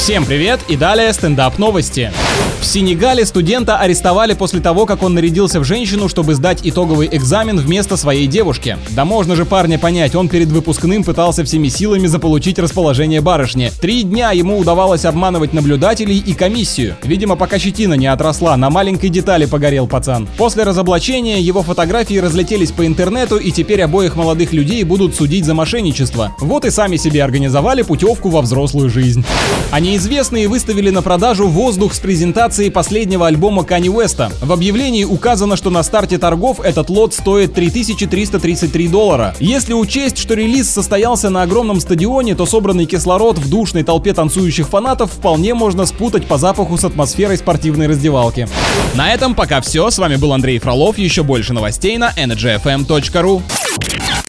Всем привет и далее стендап новости. В Сенегале студента арестовали после того, как он нарядился в женщину, чтобы сдать итоговый экзамен вместо своей девушки. Да можно же парня понять, он перед выпускным пытался всеми силами заполучить расположение барышни. 3 дня ему удавалось обманывать наблюдателей и комиссию. Видимо, пока щетина не отросла, на маленькой детали погорел пацан. После разоблачения его фотографии разлетелись по интернету, и теперь обоих молодых людей будут судить за мошенничество. Вот и сами себе организовали путевку во взрослую жизнь. А неизвестные выставили на продажу воздух с презентацией последнего альбома Канье Уэста. В объявлении указано, что на старте торгов этот лот стоит $3333. Если учесть, что релиз состоялся на огромном стадионе, то собранный кислород в душной толпе танцующих фанатов вполне можно спутать по запаху с атмосферой спортивной раздевалки. На этом пока все. С вами был Андрей Фролов. Еще больше новостей на energyfm.ru.